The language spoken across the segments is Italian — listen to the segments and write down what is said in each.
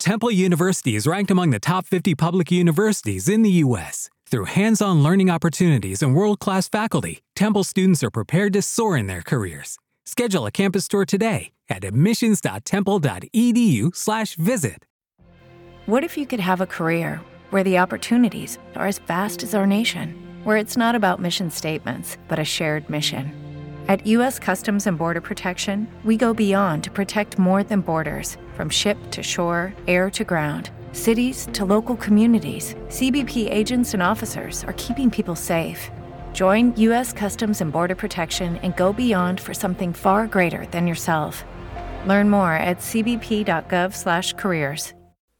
Temple University is ranked among the top 50 public universities in the U.S. Through hands-on learning opportunities and world-class faculty, Temple students are prepared to soar in their careers. Schedule a campus tour today at admissions.temple.edu/visit. What if you could have a career where the opportunities are as vast as our nation, where it's not about mission statements, but a shared mission? At U.S. Customs and Border Protection, we go beyond to protect more than borders. From ship to shore, air to ground, cities to local communities, CBP agents and officers are keeping people safe. Join U.S. Customs and Border Protection and go beyond for something far greater than yourself. Learn more at cbp.gov/careers.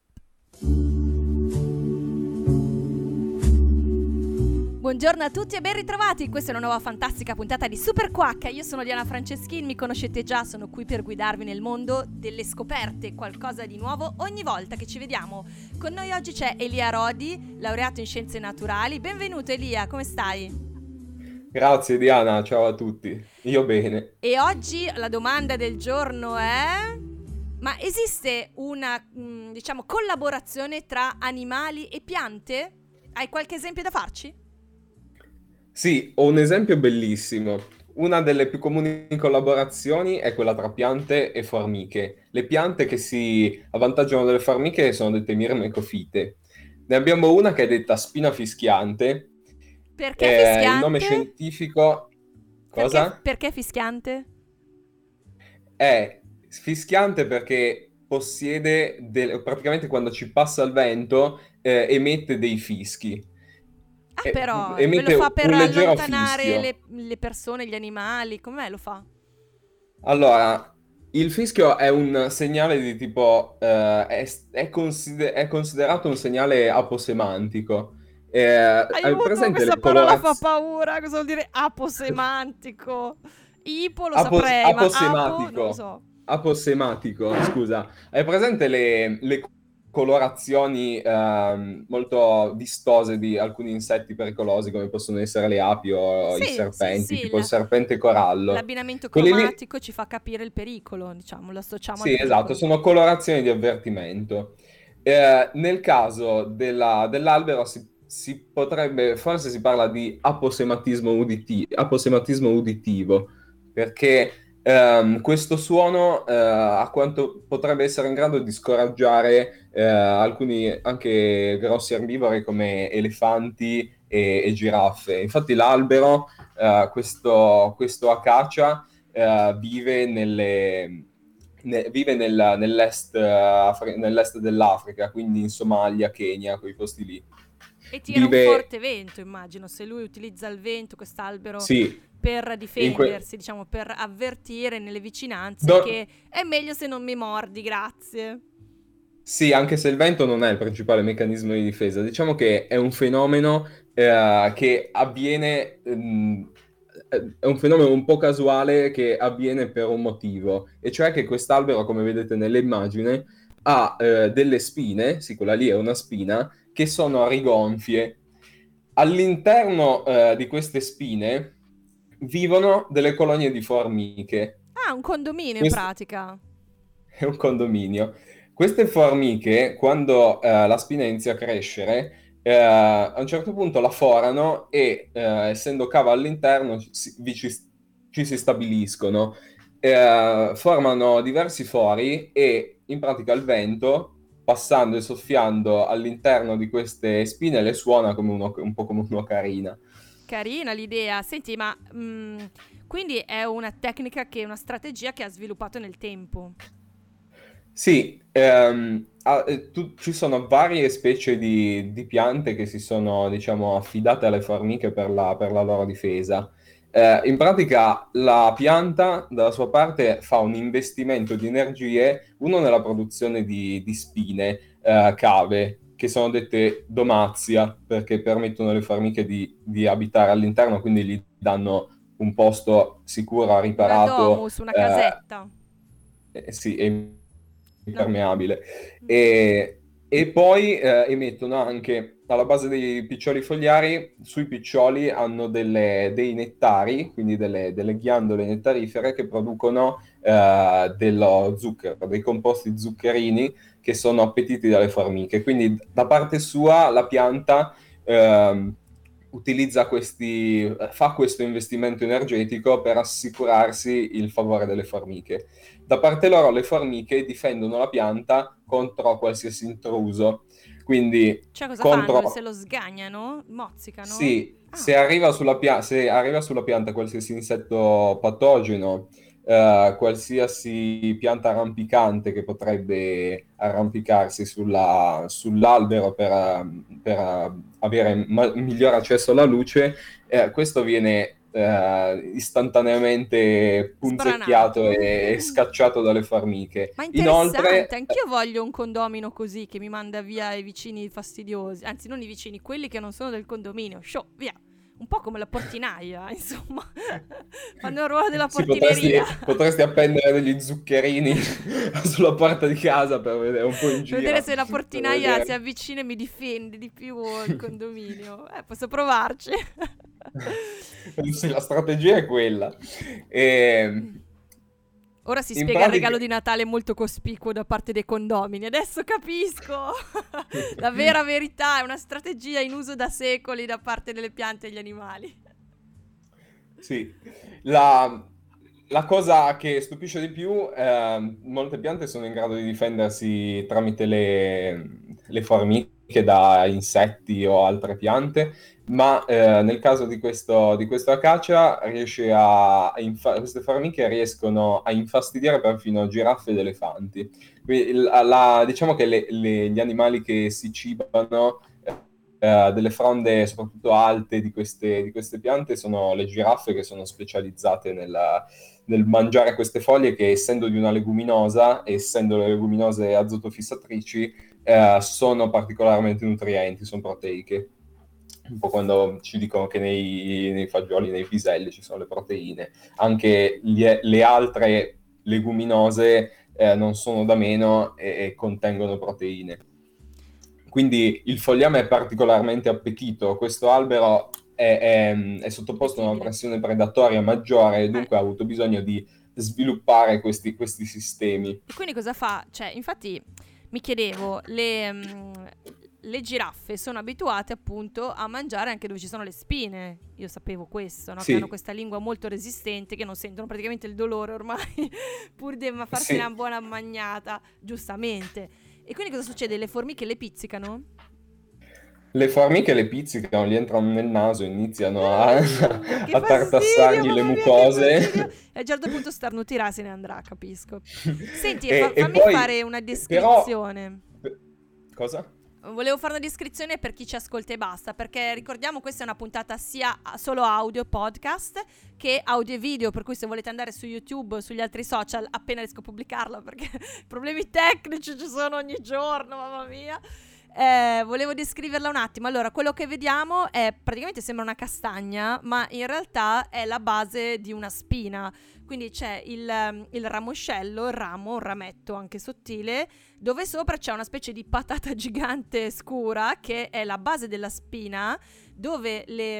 Buongiorno a tutti e ben ritrovati, questa è una nuova fantastica puntata di Super Quacca. Io sono Diana Franceschin, mi conoscete già, sono qui per guidarvi nel mondo delle scoperte, qualcosa di nuovo ogni volta che ci vediamo. Con noi oggi c'è Elia Rodi, laureato in Scienze Naturali. Benvenuto Elia, come stai? Grazie Diana, ciao a tutti, io bene. E oggi la domanda del giorno è: ma esiste una, collaborazione tra animali e piante? Hai qualche esempio da farci? Sì, ho un esempio bellissimo. Una delle più comuni collaborazioni è quella tra piante e formiche. Le piante che si avvantaggiano delle formiche sono dette mirmecofite. Ne abbiamo una che è detta spina fischiante. Perché fischiante? Il nome scientifico... Cosa? Perché fischiante? È fischiante perché possiede, praticamente quando ci passa il vento, emette dei fischi. Però Emette lo fa per un leggero allontanare le persone, gli animali, com'è lo fa? Allora, il fischio è un segnale di tipo, è considerato un segnale aposemantico. Hai presente questa le parola fa paura, cosa vuol dire aposemantico? Ipo lo saprei, aposematico. ma apo non lo so. Aposematico, scusa. Hai presente le colorazioni molto vistose di alcuni insetti pericolosi, come possono essere le api o i serpenti, tipo il serpente corallo? L'abbinamento cromatico ci fa capire il pericolo, diciamo, lo associamo al pericolo. Esatto, sono colorazioni di avvertimento. Nel caso dell'albero si potrebbe, forse si parla di aposematismo uditivo, perché questo suono a quanto potrebbe essere in grado di scoraggiare alcuni anche grossi erbivori come elefanti e giraffe. Infatti l'albero, questo acacia, vive nell'est dell'Africa, quindi in Somalia, Kenya, quei posti lì. E tira un forte vento, immagino, se lui utilizza il vento, quest'albero, sì, per difendersi, diciamo, per avvertire nelle vicinanze che è meglio se non mi mordi, grazie. Sì, anche se il vento non è il principale meccanismo di difesa, diciamo che è un fenomeno che avviene, è un fenomeno un po' casuale che avviene per un motivo, e cioè che quest'albero, come vedete nell'immagine, ha delle spine, sì, quella lì è una spina, che sono rigonfie. All'interno di queste spine vivono delle colonie di formiche. Ah, un condominio in pratica. È un condominio. Queste formiche, quando la spina inizia a crescere, a un certo punto la forano e, essendo cava all'interno, ci si stabiliscono. Formano diversi fori e in pratica il vento, passando e soffiando all'interno di queste spine, le suona come un po' come un'ocarina. Carina l'idea. Senti, ma quindi è una tecnica una strategia che ha sviluppato nel tempo? Sì, ci sono varie specie di piante che si sono, diciamo, affidate alle formiche per la loro difesa. In pratica la pianta, dalla sua parte, fa un investimento di energie, uno nella produzione di spine, cave, che sono dette domazia, perché permettono alle formiche di abitare all'interno, quindi gli danno un posto sicuro, riparato. Una domus, una casetta. Sì, è impermeabile. E E poi emettono anche, alla base dei piccioli fogliari, sui piccioli hanno dei nettari, quindi delle ghiandole nettarifere che producono dello zucchero, dei composti zuccherini che sono appetiti dalle formiche. Quindi da parte sua la pianta fa questo investimento energetico per assicurarsi il favore delle formiche. Da parte loro le formiche difendono la pianta contro qualsiasi intruso. Quindi Cioè cosa fanno? Se lo sgagnano? Mozzicano? sì, se arriva sulla pianta qualsiasi insetto patogeno, qualsiasi pianta arrampicante che potrebbe arrampicarsi sull'albero per avere miglior accesso alla luce, questo viene istantaneamente punzecchiato Spranato. e scacciato dalle formiche. Ma Inoltre, interessante, anch'io voglio un condomino così che mi manda via i vicini fastidiosi, anzi non i vicini, quelli che non sono del condominio, show, via. Un po' come la portinaia, insomma. Fanno il ruolo della sì, portineria. potresti appendere degli zuccherini sulla porta di casa per vedere un po' in Per giro. vedere se la Per portinaia vedere. si avvicina e mi difende di più il condominio. Posso provarci. Sì, la strategia è quella. Ora si In spiega il pratica- regalo di Natale molto cospicuo da parte dei condomini. Adesso capisco. La vera verità è una strategia in uso da secoli da parte delle piante e degli animali. Sì, la cosa che stupisce di più, molte piante sono in grado di difendersi tramite le formiche da insetti o altre piante, ma nel caso di questo acacia queste formiche riescono a infastidire perfino giraffe ed elefanti. Quindi diciamo che gli animali che si cibano delle fronde soprattutto alte di queste piante sono le giraffe, che sono specializzate nel mangiare queste foglie che, essendo di una leguminosa, essendo le leguminose azotofissatrici, sono particolarmente nutrienti, sono proteiche. Un po' quando ci dicono che nei fagioli, nei piselli ci sono le proteine. Anche le altre leguminose non sono da meno e contengono proteine. Quindi il fogliame è particolarmente appetito. Questo albero è sottoposto a una pressione predatoria maggiore e dunque ha avuto bisogno di sviluppare questi sistemi. E quindi cosa fa? Cioè, infatti mi chiedevo, le giraffe sono abituate appunto a mangiare anche dove ci sono le spine. Io sapevo questo, no? Sì. Che hanno questa lingua molto resistente, che non sentono praticamente il dolore ormai, pur di farsi Sì. una buona magnata, giustamente. E quindi cosa succede? Le formiche le pizzicano? Le formiche le pizzicano, gli entrano nel naso, iniziano a Che a tartassargli fastidio, le mamma mia, che mucose. fastidio. E a un certo punto starnutirà, se ne andrà, capisco. Senti, E fammi poi, fare una però- descrizione. Cosa? Volevo fare una descrizione per chi ci ascolta e basta, perché ricordiamo questa è una puntata sia solo audio podcast che audio e video, per cui se volete andare su YouTube o sugli altri social appena riesco a pubblicarla, perché problemi tecnici ci sono ogni giorno, mamma mia. Volevo descriverla un attimo. Allora, quello che vediamo è praticamente sembra una castagna, ma in realtà è la base di una spina. Quindi c'è il ramoscello, il ramo, un rametto anche sottile, dove sopra c'è una specie di patata gigante scura che è la base della spina, dove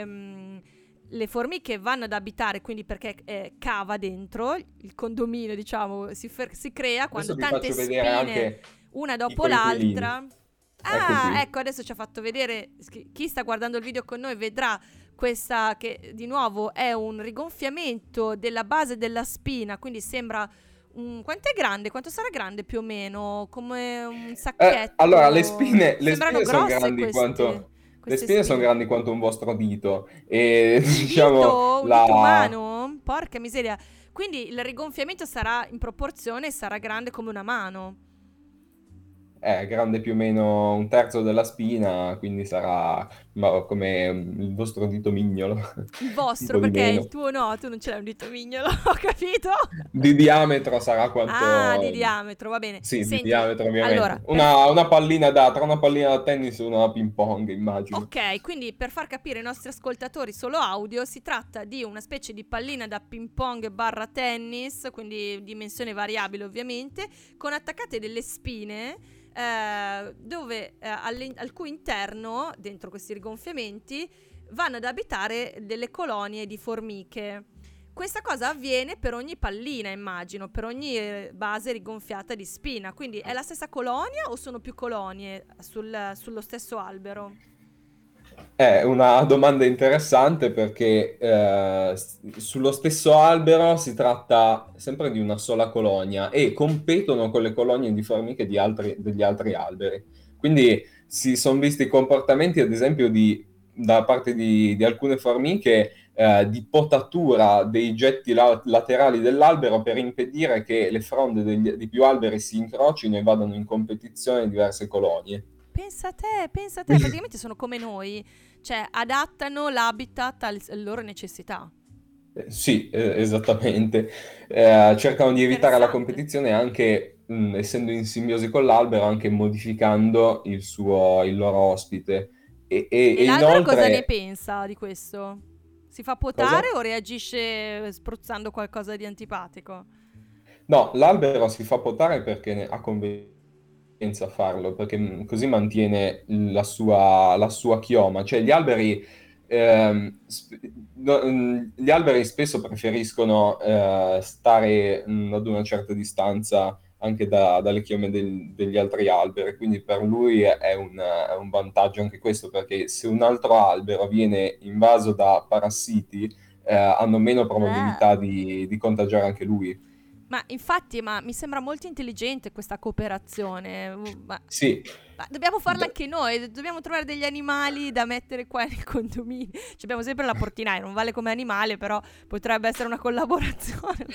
le formiche vanno ad abitare, quindi perché cava dentro il condominio, diciamo, si crea quando Adesso vi tante faccio vedere spine anche una i dopo coinquilini. l'altra. Ecco qui. Ecco, adesso ci ha fatto vedere, chi sta guardando il video con noi vedrà questa che di nuovo è un rigonfiamento della base della spina, quindi sembra quanto è grande? Quanto sarà grande più o meno? Come un sacchetto? Allora, le spine Sembrano sono grosse grandi queste le spine sono spine. grandi quanto un vostro dito e Un diciamo dito? Un dito umano? Porca miseria. Quindi il rigonfiamento sarà in proporzione, sarà grande come una mano. è grande più o meno un terzo della spina, quindi sarà come il vostro dito mignolo. Il Un vostro, po' di perché meno. il tuo no, tu non ce l'hai un dito mignolo, ho capito? Di diametro sarà quanto... Di diametro, va bene. Sì, di Senti, diametro ovviamente. allora, Una pallina tra una pallina da tennis e una da ping pong, immagino. ok, quindi per far capire ai nostri ascoltatori solo audio, si tratta di una specie di pallina da ping pong barra tennis, quindi dimensione variabile ovviamente, con attaccate delle spine dove al cui interno, dentro questi rigonfiamenti, vanno ad abitare delle colonie di formiche. Questa cosa avviene per ogni pallina, immagino, per ogni base rigonfiata di spina. Quindi è la stessa colonia o sono più colonie sullo stesso albero? È una domanda interessante perché sullo stesso albero si tratta sempre di una sola colonia e competono con le colonie di formiche degli altri alberi. Quindi si sono visti comportamenti, ad esempio, da parte di alcune formiche di potatura dei getti laterali dell'albero per impedire che le fronde di più alberi si incrocino e vadano in competizione diverse colonie. Pensa a te, praticamente sono come noi, cioè adattano l'habitat alle loro necessità. Sì, esattamente. Cercano di evitare la Interessante. competizione anche, essendo in simbiosi con l'albero, anche modificando il loro ospite. E E l'albero cosa ne inoltre, pensa di questo? Si fa potare cosa? o reagisce spruzzando qualcosa di antipatico? No, l'albero si fa potare perché ha convenienza a farlo, perché così mantiene la sua chioma. Cioè gli alberi spesso preferiscono stare ad una certa distanza anche dalle chiome degli altri alberi, quindi per lui è un vantaggio anche questo, perché se un altro albero viene invaso da parassiti, hanno meno probabilità di contagiare anche lui. Ma infatti, mi sembra molto intelligente questa cooperazione. Sì. Ma dobbiamo farla Beh, anche noi, dobbiamo trovare degli animali da mettere qua nel condominio. Abbiamo sempre la portinaia, non vale come animale, però potrebbe essere una collaborazione.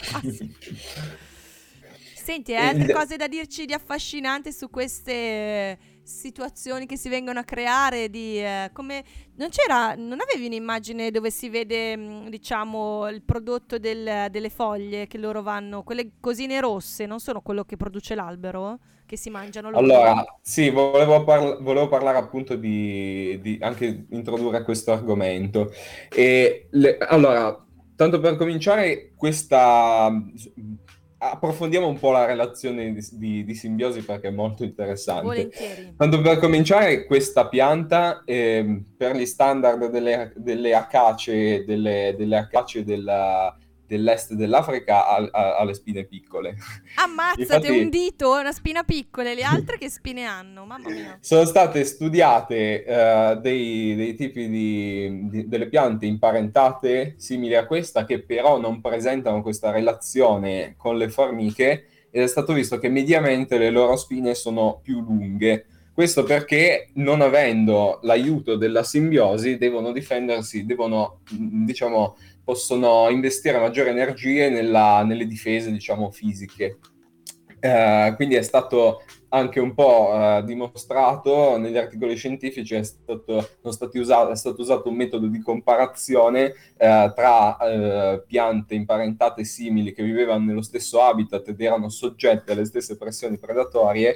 Senti, hai altre il- cose da dirci di affascinante su queste situazioni che si vengono a creare come non avevi un'immagine dove si vede diciamo il prodotto delle foglie che loro vanno, quelle cosine rosse, non sono quello che produce l'albero che si mangiano loro? Allora, sì, volevo parlare appunto anche introdurre questo argomento. Allora, tanto per cominciare, approfondiamo un po' la relazione di simbiosi perché è molto interessante. Volentieri. Tanto per cominciare, questa pianta, per gli standard delle acacee, delle acacee dell'est dell'Africa, ha le spine piccole. Ammazzate, un Infatti, dito, una spina piccola, e le altre che spine hanno? Mamma mia. sono state studiate dei tipi delle piante imparentate simili a questa che però non presentano questa relazione con le formiche ed è stato visto che mediamente le loro spine sono più lunghe. Questo perché non avendo l'aiuto della simbiosi devono difendersi, diciamo, possono investire maggiori energie nelle difese, diciamo, fisiche. Quindi è stato anche un po' dimostrato negli articoli scientifici, è stato usato un metodo di comparazione tra piante imparentate simili che vivevano nello stesso habitat ed erano soggette alle stesse pressioni predatorie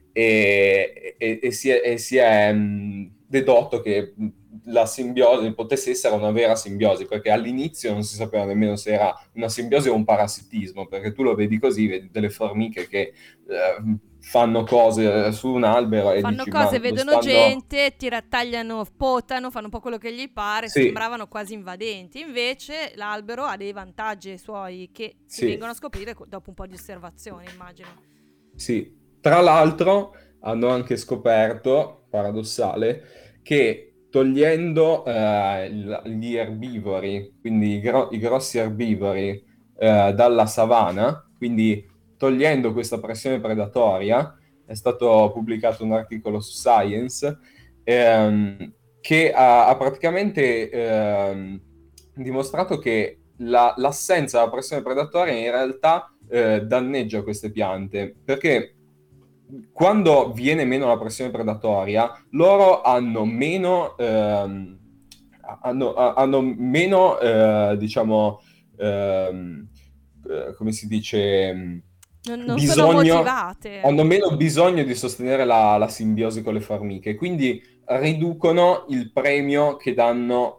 e si è dedotto che la simbiosi potesse essere una vera simbiosi, perché all'inizio non si sapeva nemmeno se era una simbiosi o un parassitismo, perché tu lo vedi così, vedi delle formiche che fanno cose su un albero e Fanno dici, ma cose, lo vedono stanno... gente, tagliano, potano, fanno un po' quello che gli pare, Sì, sembravano quasi invadenti. Invece l'albero ha dei vantaggi suoi che si sì, vengono a scoprire dopo un po' di osservazione, immagino. sì. Tra l'altro hanno anche scoperto, paradossale, che togliendo gli erbivori, quindi i grossi erbivori dalla savana, quindi togliendo questa pressione predatoria, è stato pubblicato un articolo su Science che ha praticamente dimostrato che l'assenza della pressione predatoria in realtà danneggia queste piante, perché quando viene meno la pressione predatoria, loro hanno meno, hanno meno diciamo, come si dice, Non sono bisogno, motivate. hanno meno bisogno di sostenere la simbiosi con le formiche, quindi riducono il premio che danno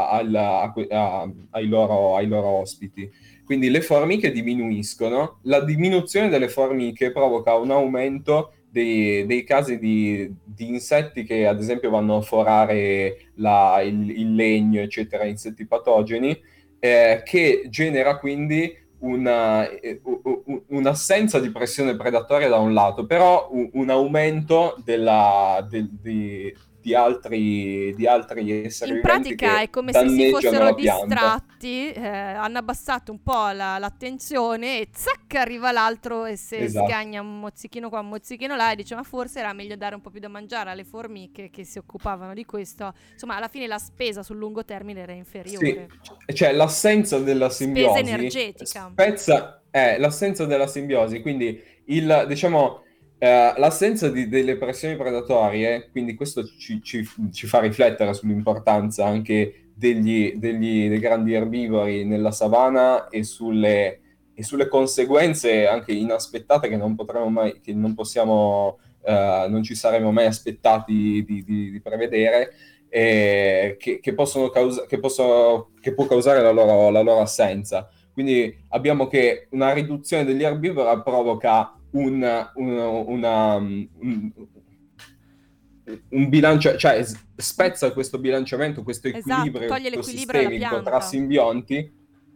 ai loro ospiti. Quindi le formiche diminuiscono, la diminuzione delle formiche provoca un aumento dei casi di insetti che ad esempio vanno a forare il legno, eccetera, insetti patogeni, che genera quindi un'assenza di pressione predatoria da un lato, però un aumento di altri esseri In viventi pratica che è come se si danneggiano fossero la pianta. distratti, hanno abbassato un po' l'attenzione e zac arriva l'altro e se Esatto. sgagna un mozzichino qua, un mozzichino là e dice ma forse era meglio dare un po' più da mangiare alle formiche che si occupavano di questo. Insomma, alla fine la spesa sul lungo termine era Sì, inferiore. cioè l'assenza della Spesa simbiosi energetica. l'assenza della simbiosi, quindi diciamo, l'assenza delle pressioni predatorie, quindi questo ci fa riflettere sull'importanza anche dei grandi erbivori nella savana e sulle conseguenze anche inaspettate che non potremo mai, che non possiamo, non ci saremmo mai aspettati di prevedere, che può causare la loro assenza. Quindi abbiamo che una riduzione degli erbivori provoca un bilancio, cioè spezza questo bilanciamento, questo Esatto, equilibrio toglie l'equilibrio alla ecosistemico tra pianta. simbionti.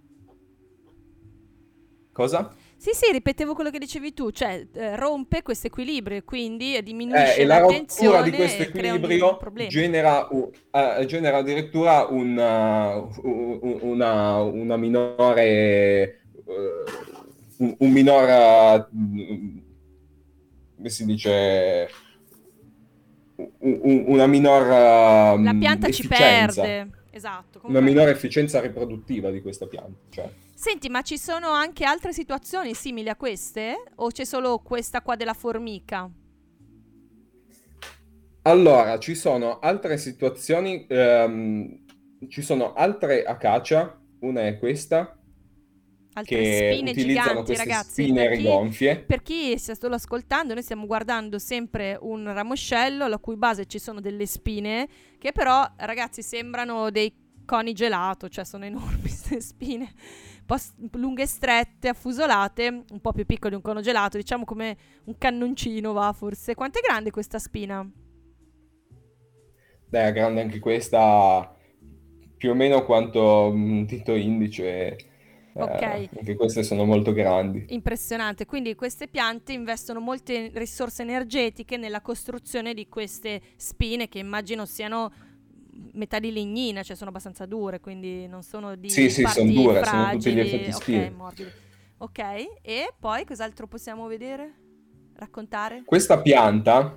Cosa? Sì, ripetevo quello che dicevi tu, cioè rompe questo equilibrio e quindi diminuisce E la rottura l'attenzione di questo e crea un equilibrio problema. genera addirittura una minore, un minor, come si dice, una minor La pianta ci efficienza, perde. Esatto. una Comunque... minore efficienza riproduttiva di questa pianta. Cioè. Senti, ma ci sono anche altre situazioni simili a queste? O c'è solo questa qua della formica? Allora, ci sono altre situazioni, ci sono altre acacia, una è questa, Altre che spine utilizzano giganti, queste ragazzi. spine rigonfie. Per chi sta solo ascoltando, noi stiamo guardando sempre un ramoscello alla cui base ci sono delle spine, che però, ragazzi, sembrano dei coni gelato, cioè sono enormi queste spine, un po' lunghe e strette, affusolate, un po' più piccole di un cono gelato, diciamo come un cannoncino, va, forse. Quanto è grande questa spina? È grande anche questa, più o meno quanto un dito indice. Ok. Anche queste sono molto grandi. Impressionante, quindi queste piante investono molte risorse energetiche nella costruzione di queste spine che immagino siano metà di legnina, cioè sono abbastanza dure, quindi non sono di Sì, sono parti dure, sono tutti gli fragili, effetti ok, spine. morbide. Ok, e poi cos'altro possiamo vedere? Raccontare? Questa pianta,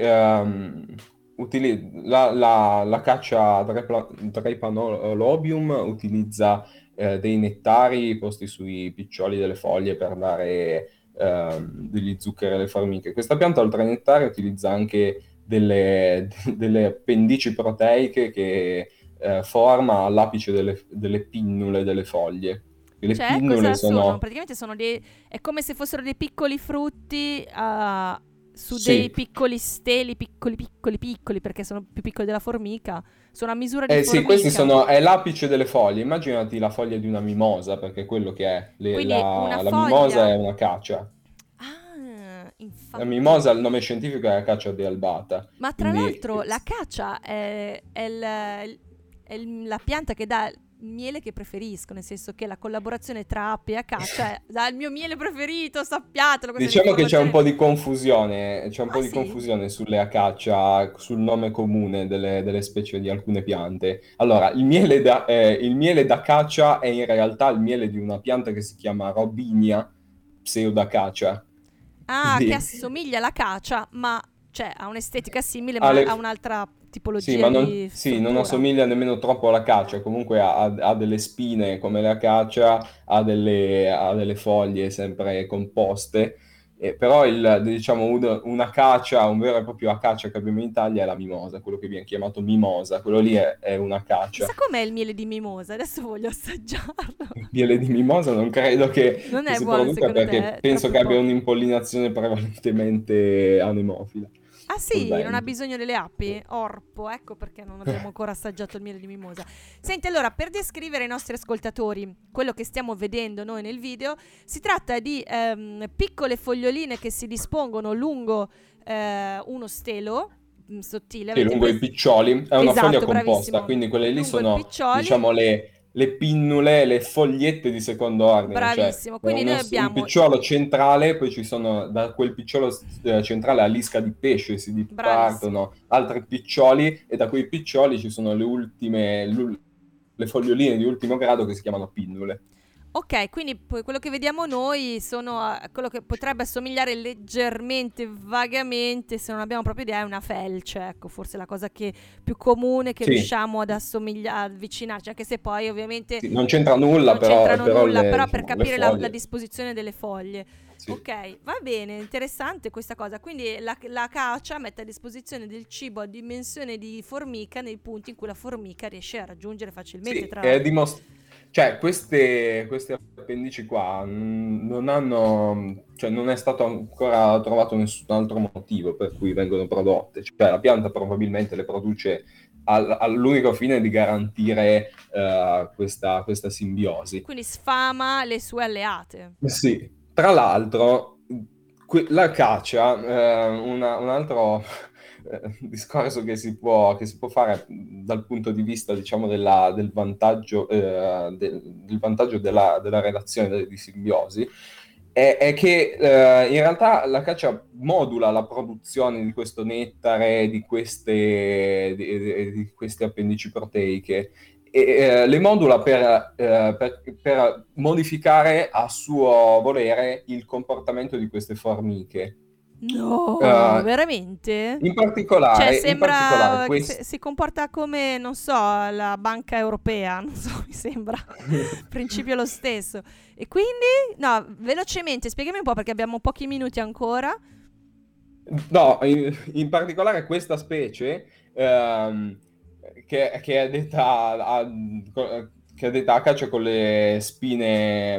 la caccia Drepanolobium utilizza dei nettari posti sui piccioli delle foglie per dare degli zuccheri alle formiche. Questa pianta, oltre ai nettari, utilizza anche delle appendici proteiche che forma all'apice delle pinnule delle foglie. Le Cioè, pinnule cosa sono? sono... Praticamente sono è come se fossero dei piccoli frutti su Sì. dei piccoli steli, piccoli, perché sono più piccoli della formica. Sono a misura di Sì, formica. è l'apice delle foglie. Immaginati la foglia di una mimosa, perché è quello che è. Quindi una La mimosa è foglia. una caccia. Ah, La infatti. mimosa, il nome scientifico è Acacia dealbata. Ma tra Quindi, l'altro la cacia la pianta che dà il miele che preferisco, nel senso che la collaborazione tra ape e acacia è il mio miele preferito, sappiatelo. questa è diciamo che c'è un un'informazione- po' di confusione, Ah sì? sulle acacia, sul nome comune delle specie di alcune piante. Allora, il miele d'acacia è in realtà il miele di una pianta che si chiama Robinia pseudacacia. Ah, che Quindi, assomiglia alla cacia, ma cioè ha un'estetica simile, ha ma le- ha un'altra Sì, tipologia ma di non struttura. assomiglia nemmeno troppo alla cacia, comunque ha delle spine come la cacia, ha delle foglie sempre composte, però diciamo una cacia, un vero e proprio acacia che abbiamo in Italia è la mimosa, quello che viene chiamato mimosa, quello lì è una Chissà cacia. com'è il miele di mimosa, adesso voglio assaggiarlo. Il miele di mimosa non credo Non che è si buono produca secondo te? perché È penso troppo che abbia poco. un'impollinazione prevalentemente anemofila. Ah sì, non ha solventi. bisogno delle api? Orpo, ecco perché non abbiamo ancora assaggiato il miele di mimosa. Senti, allora, per descrivere ai nostri ascoltatori quello che stiamo vedendo noi nel video, si tratta di piccole foglioline che si dispongono lungo uno stelo sottile. Sì, Avete lungo i piccioli, è una foglia Esatto, composta, bravissimo. quindi quelle lì Lungo i sono, piccioli, diciamo, le pinnule, le fogliette di secondo ordine, cioè bravissimo. è Quindi noi un abbiamo, picciolo centrale, poi ci sono da quel picciolo centrale a lisca di pesce si bravissimo. dipartono altri piccioli e da quei piccioli ci sono le foglioline di ultimo grado che si chiamano pinnule. Ok, quindi poi quello che vediamo noi sono quello che potrebbe assomigliare leggermente, vagamente, se non abbiamo proprio idea, è una felce. Ecco, forse la cosa più comune che Sì, riusciamo ad avvicinarci, anche se poi ovviamente sì, non c'entra nulla, non c'entrano però nulla, però per diciamo, le capire la foglie, disposizione delle foglie. sì. Ok, va bene, interessante questa cosa. Quindi la caccia mette a disposizione del cibo a dimensione di formica nei punti in cui la formica riesce a raggiungere facilmente, Sì, tra è l'altro. cioè queste appendici qua non hanno, cioè non è stato ancora trovato nessun altro motivo per cui vengono prodotte. Cioè la pianta probabilmente le produce all'unico fine di garantire questa simbiosi. Quindi sfama le sue alleate. Sì, tra l'altro, la caccia, un altro discorso che si può fare dal punto di vista, diciamo, del vantaggio, del vantaggio della relazione di simbiosi, è che in realtà la caccia modula la produzione di questo nettare, di queste appendici proteiche le modula per modificare a suo volere il comportamento di queste formiche. No, Eh, veramente? Cioè, in particolare sembra che si comporta come, non so, la banca europea, non so, mi sembra. Il principio è lo stesso. E quindi, no, velocemente, spiegami un po' perché abbiamo pochi minuti ancora. No, in particolare questa specie, che è che è detta a caccia con le spine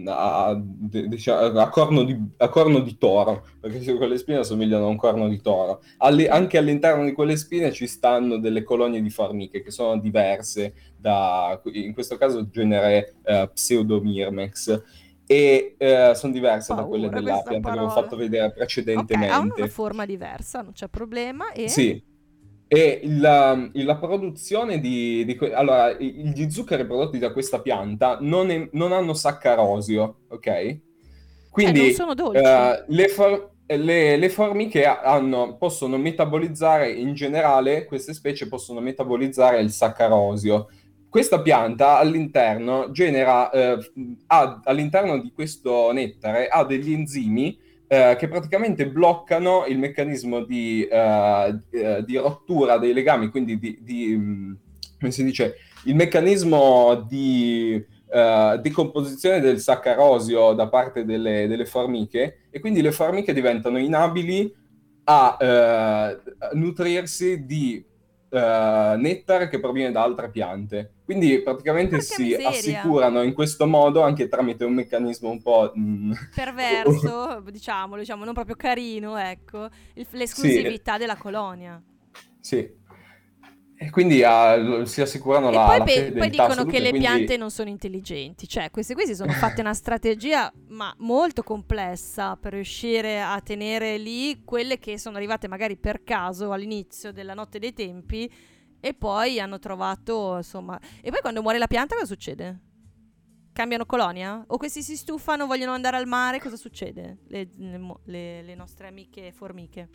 a corno di toro, perché quelle spine assomigliano a un corno di toro. Ok. Anche all'interno di quelle spine ci stanno delle colonie di formiche che sono diverse in questo caso il genere Pseudomyrmex e sono diverse da quelle Paura della questa pianta che avevo parola. fatto vedere Ok, ha una precedentemente. forma diversa, non c'è problema. E Sì, e la produzione allora, gli zuccheri prodotti da questa pianta non hanno saccarosio, ok? cioè, non Quindi sono dolci. le formiche possono metabolizzare, in generale, queste specie possono metabolizzare il saccarosio. Questa pianta all'interno all'interno di questo nettare ha degli enzimi che praticamente bloccano il meccanismo di rottura dei legami, quindi come si dice, il meccanismo di decomposizione del saccarosio da parte delle formiche e quindi le formiche diventano inabili a nutrirsi di nettare che proviene da altre piante. Quindi praticamente Porca si miseria. assicurano in questo modo, anche tramite un meccanismo un po'... Perverso, diciamo, non proprio carino, ecco, sì, l'esclusività della colonia. sì. E quindi si assicurano E poi, la poi fedeltà dicono che assoluta e le piante quindi non sono intelligenti, cioè queste qui si sono fatte una strategia ma molto complessa per riuscire a tenere lì quelle che sono arrivate magari per caso all'inizio della notte dei tempi e poi hanno trovato, insomma... E poi quando muore la pianta cosa succede? Cambiano colonia? O questi si stufano, vogliono andare al mare, cosa succede? Le nostre amiche formiche.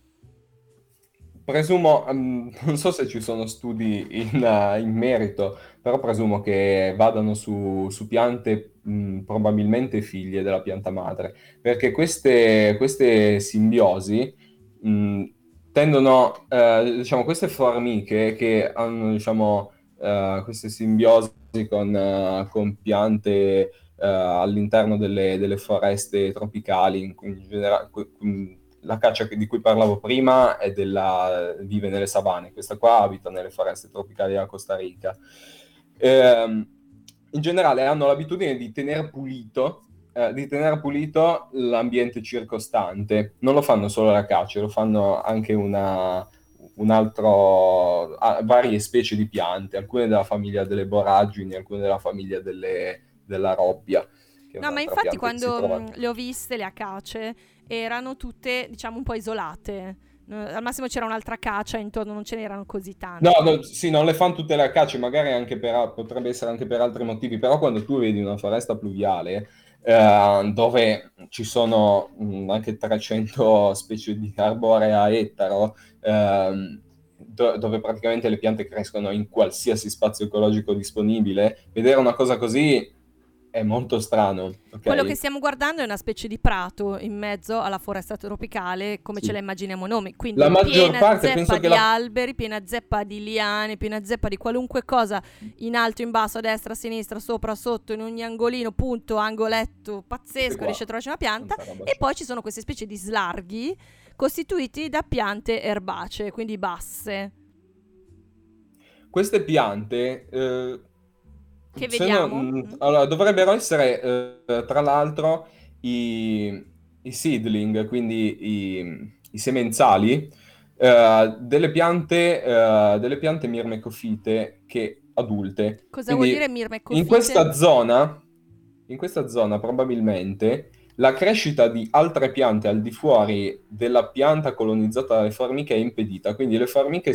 presumo, non so se ci sono studi in merito, però presumo che vadano su piante probabilmente figlie della pianta madre, perché queste simbiosi mh, tendono, diciamo, queste formiche che hanno, diciamo, queste simbiosi con piante all'interno delle foreste tropicali, in generale, la caccia di cui parlavo prima vive nelle savane, questa qua abita nelle foreste tropicali della Costa Rica. In generale hanno l'abitudine di tenere pulito di tenere pulito l'ambiente circostante. Non lo fanno solo le acacee, lo fanno anche varie specie di piante, alcune della famiglia delle boragini, alcune della famiglia della robbia. Che è No, ma un'altra infatti pianta che si trova. quando le ho viste, le acacee, erano tutte, diciamo, un po' isolate. Al massimo c'era un'altra acacia intorno, non ce n'erano così tante. No, sì, non le fanno tutte le acacee, magari anche potrebbe essere anche per altri motivi, però quando tu vedi una foresta pluviale dove ci sono anche 300 specie di arborea ettaro, dove praticamente le piante crescono in qualsiasi spazio ecologico disponibile, vedere una cosa così è molto strano. Okay? Quello che stiamo guardando è una specie di prato in mezzo alla foresta tropicale, come ce la immaginiamo noi. Quindi la maggior piena parte, zeppa penso di che alberi, piena zeppa di liane, piena zeppa di qualunque cosa, in alto, in basso, a destra, a sinistra, sopra, sotto, in ogni angolino, punto, angoletto, pazzesco, riesce a trovarci una pianta. E poi ci sono queste specie di slarghi costituiti da piante erbacee, quindi basse. Queste piante... che vediamo? allora, dovrebbero essere, tra l'altro, i seedling, quindi i semenzali, delle piante mirmecofite che adulte. Cosa Quindi, vuol dire mirmecofite? in questa zona probabilmente la crescita di altre piante al di fuori della pianta colonizzata dalle formiche è impedita. Quindi le formiche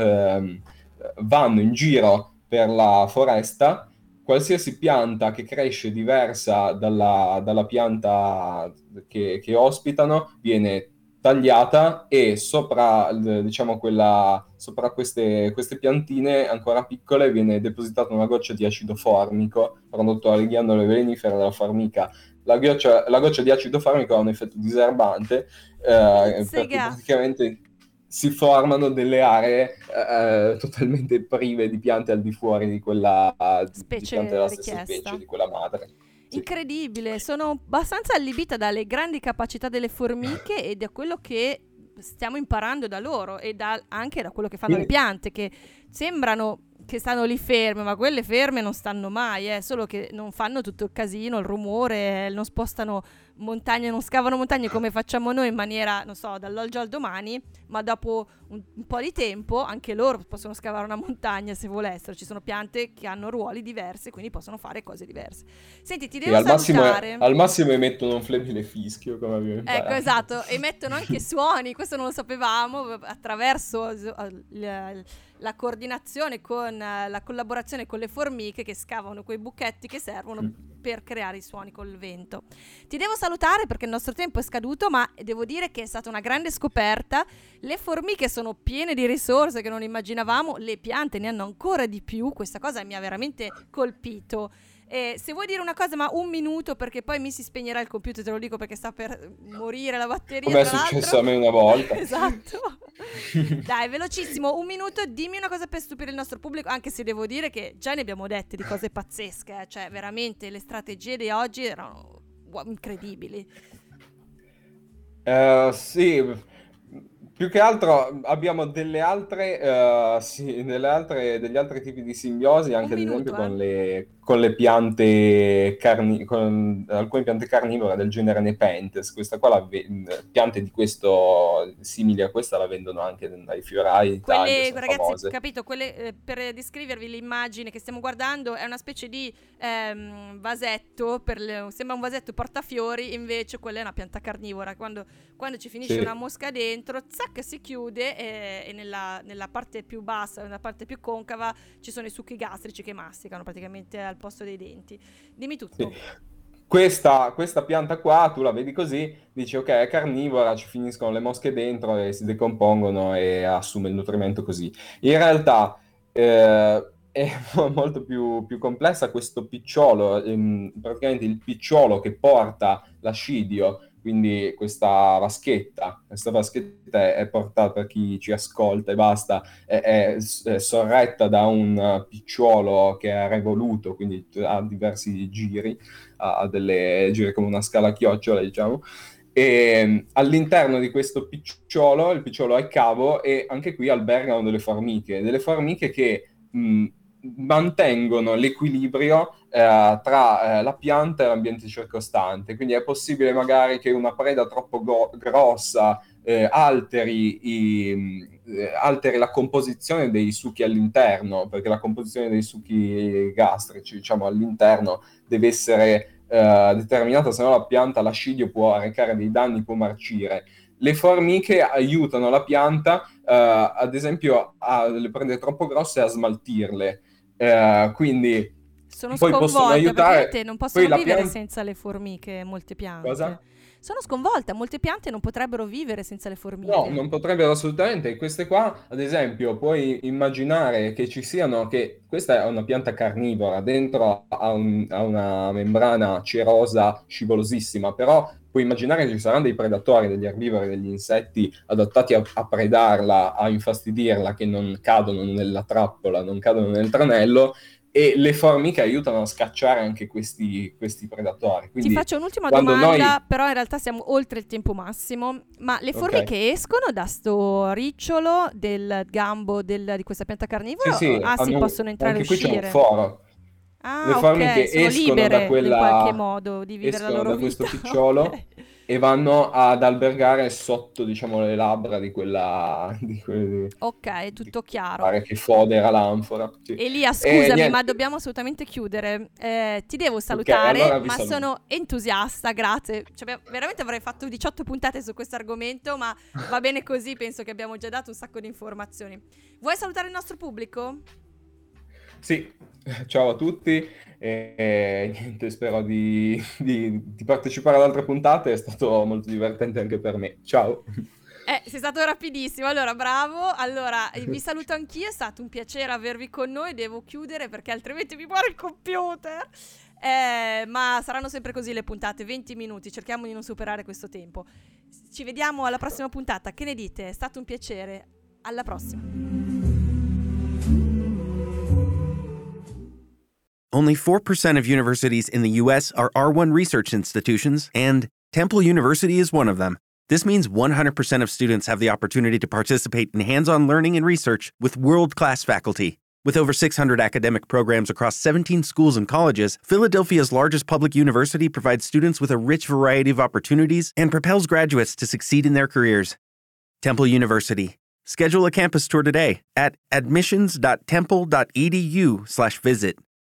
vanno in giro per la foresta. Qualsiasi pianta che cresce diversa dalla pianta che ospitano viene tagliata e sopra, diciamo, sopra queste piantine ancora piccole viene depositata una goccia di acido formico prodotto dalle ghiandole velenifere della formica. La goccia di acido formico ha un effetto diserbante perché praticamente si formano delle aree totalmente prive di piante al di fuori di quella specie di piante della richiesta. stessa specie, di quella madre. Sì. Incredibile, sono abbastanza allibita dalle grandi capacità delle formiche e da quello che stiamo imparando da loro e anche da quello che fanno le piante, che sembrano che stanno lì ferme, ma quelle ferme non stanno mai, solo che non fanno tutto il casino, il rumore, non spostano montagne, non scavano montagne come facciamo noi in maniera, non so, dall'oggi al domani, ma dopo un po' di tempo anche loro possono scavare una montagna se volessero. Ci sono piante che hanno ruoli diversi, quindi possono fare cose diverse. Senti, ti devo salutare. Al massimo emettono un flebile fischio, come abbiamo imparato. Ecco, esatto, emettono anche suoni, questo non lo sapevamo, attraverso la coordinazione con la collaborazione con le formiche che scavano quei buchetti che servono per creare i suoni col vento. Ti devo salutare perché il nostro tempo è scaduto, ma devo dire che è stata una grande scoperta. Le formiche sono piene di risorse che non immaginavamo, le piante ne hanno ancora di più, questa cosa mi ha veramente colpito. Se vuoi dire una cosa, ma un minuto, perché poi mi si spegnerà il computer, te lo dico perché sta per morire la batteria. Come è successo a me una volta. Esatto. Dai, velocissimo, un minuto, dimmi una cosa per stupire il nostro pubblico, anche se devo dire che già ne abbiamo dette di cose pazzesche, cioè veramente le strategie di oggi erano incredibili. Sì, più che altro abbiamo degli altri tipi di simbiosi, anche ad esempio con le piante con alcune piante carnivore del genere Nepenthes. Questa qua, piante di questo simili a questa la vendono anche dai fiorai d'Italia, sono ragazzi, famose. capito, quelle, per descrivervi l'immagine che stiamo guardando, è una specie di vasetto, sembra un vasetto portafiori, invece quella è una pianta carnivora. Quando ci finisce una mosca dentro, zac, si chiude e nella parte più bassa, nella parte più concava ci sono i succhi gastrici che masticano praticamente al posto dei denti. Dimmi tutto. Sì. Questa pianta qua, tu la vedi così, dici ok, è carnivora, ci finiscono le mosche dentro e si decompongono e assume il nutrimento così. In realtà è molto più complessa. Questo picciolo, praticamente il picciolo che porta l'ascidio, quindi questa vaschetta è portata, per chi ci ascolta e basta, è sorretta da un picciolo che è revoluto, quindi ha diversi giri, ha delle giri come una scala a chiocciola, diciamo. E all'interno di questo picciolo, il picciolo è cavo e anche qui albergano delle formiche che mantengono l'equilibrio tra la pianta e l'ambiente circostante. Quindi è possibile magari che una preda troppo grossa alteri la composizione dei succhi all'interno, perché la composizione dei succhi gastrici, diciamo, all'interno deve essere determinata, se no la pianta, l'ascidio può arrecare dei danni, può marcire. Le formiche aiutano la pianta, ad esempio, le prede troppo grosse a smaltirle. Quindi sono poi possono sconvolta, aiutare. praticamente non possono Poi la vivere pianta... senza le formiche, molte piante. Cosa? Sono sconvolta, molte piante non potrebbero vivere senza le formiche. No, non potrebbero assolutamente. Queste qua, ad esempio, puoi immaginare che ci siano, che questa è una pianta carnivora, dentro ha una membrana cerosa, scivolosissima, però puoi immaginare che ci saranno dei predatori, degli erbivori, degli insetti adattati a predarla, a infastidirla, che non cadono nella trappola, non cadono nel tranello, e le formiche aiutano a scacciare anche questi predatori. Quindi, ti faccio un'ultima quando domanda, però in realtà siamo oltre il tempo massimo. Ma le formiche escono da sto ricciolo del gambo di questa pianta carnivora? Sì, Sì, possono entrare e anche qui uscire. c'è un foro. Le formiche sono escono libere da quella, in qualche modo di vivere la escono loro da questo vita. picciolo Ok. e vanno ad albergare sotto, diciamo, le labbra di Ok, tutto chiaro. pare che fodera l'anfora. Sì. Elia, scusami, niente. ma dobbiamo assolutamente chiudere. Ti devo salutare, allora vi ma saluto. sono entusiasta, grazie. Cioè, veramente avrei fatto 18 puntate su questo argomento, ma va bene così, penso che abbiamo già dato un sacco di informazioni. Vuoi salutare il nostro pubblico? Sì, ciao a tutti e niente, spero di partecipare ad altre puntate, è stato molto divertente anche per me. Ciao! Sei stato rapidissimo, allora bravo. Allora, vi saluto anch'io, è stato un piacere avervi con noi, devo chiudere perché altrimenti mi muore il computer. Ma saranno sempre così le puntate, 20 minuti, cerchiamo di non superare questo tempo. Ci vediamo alla prossima puntata, che ne dite? È stato un piacere, alla prossima. Only 4% of universities in the U.S. are R1 research institutions, and Temple University is one of them. This means 100% of students have the opportunity to participate in hands-on learning and research with world-class faculty. With over 600 academic programs across 17 schools and colleges, Philadelphia's largest public university provides students with a rich variety of opportunities and propels graduates to succeed in their careers. Temple University. Schedule a campus tour today at admissions.temple.edu/visit.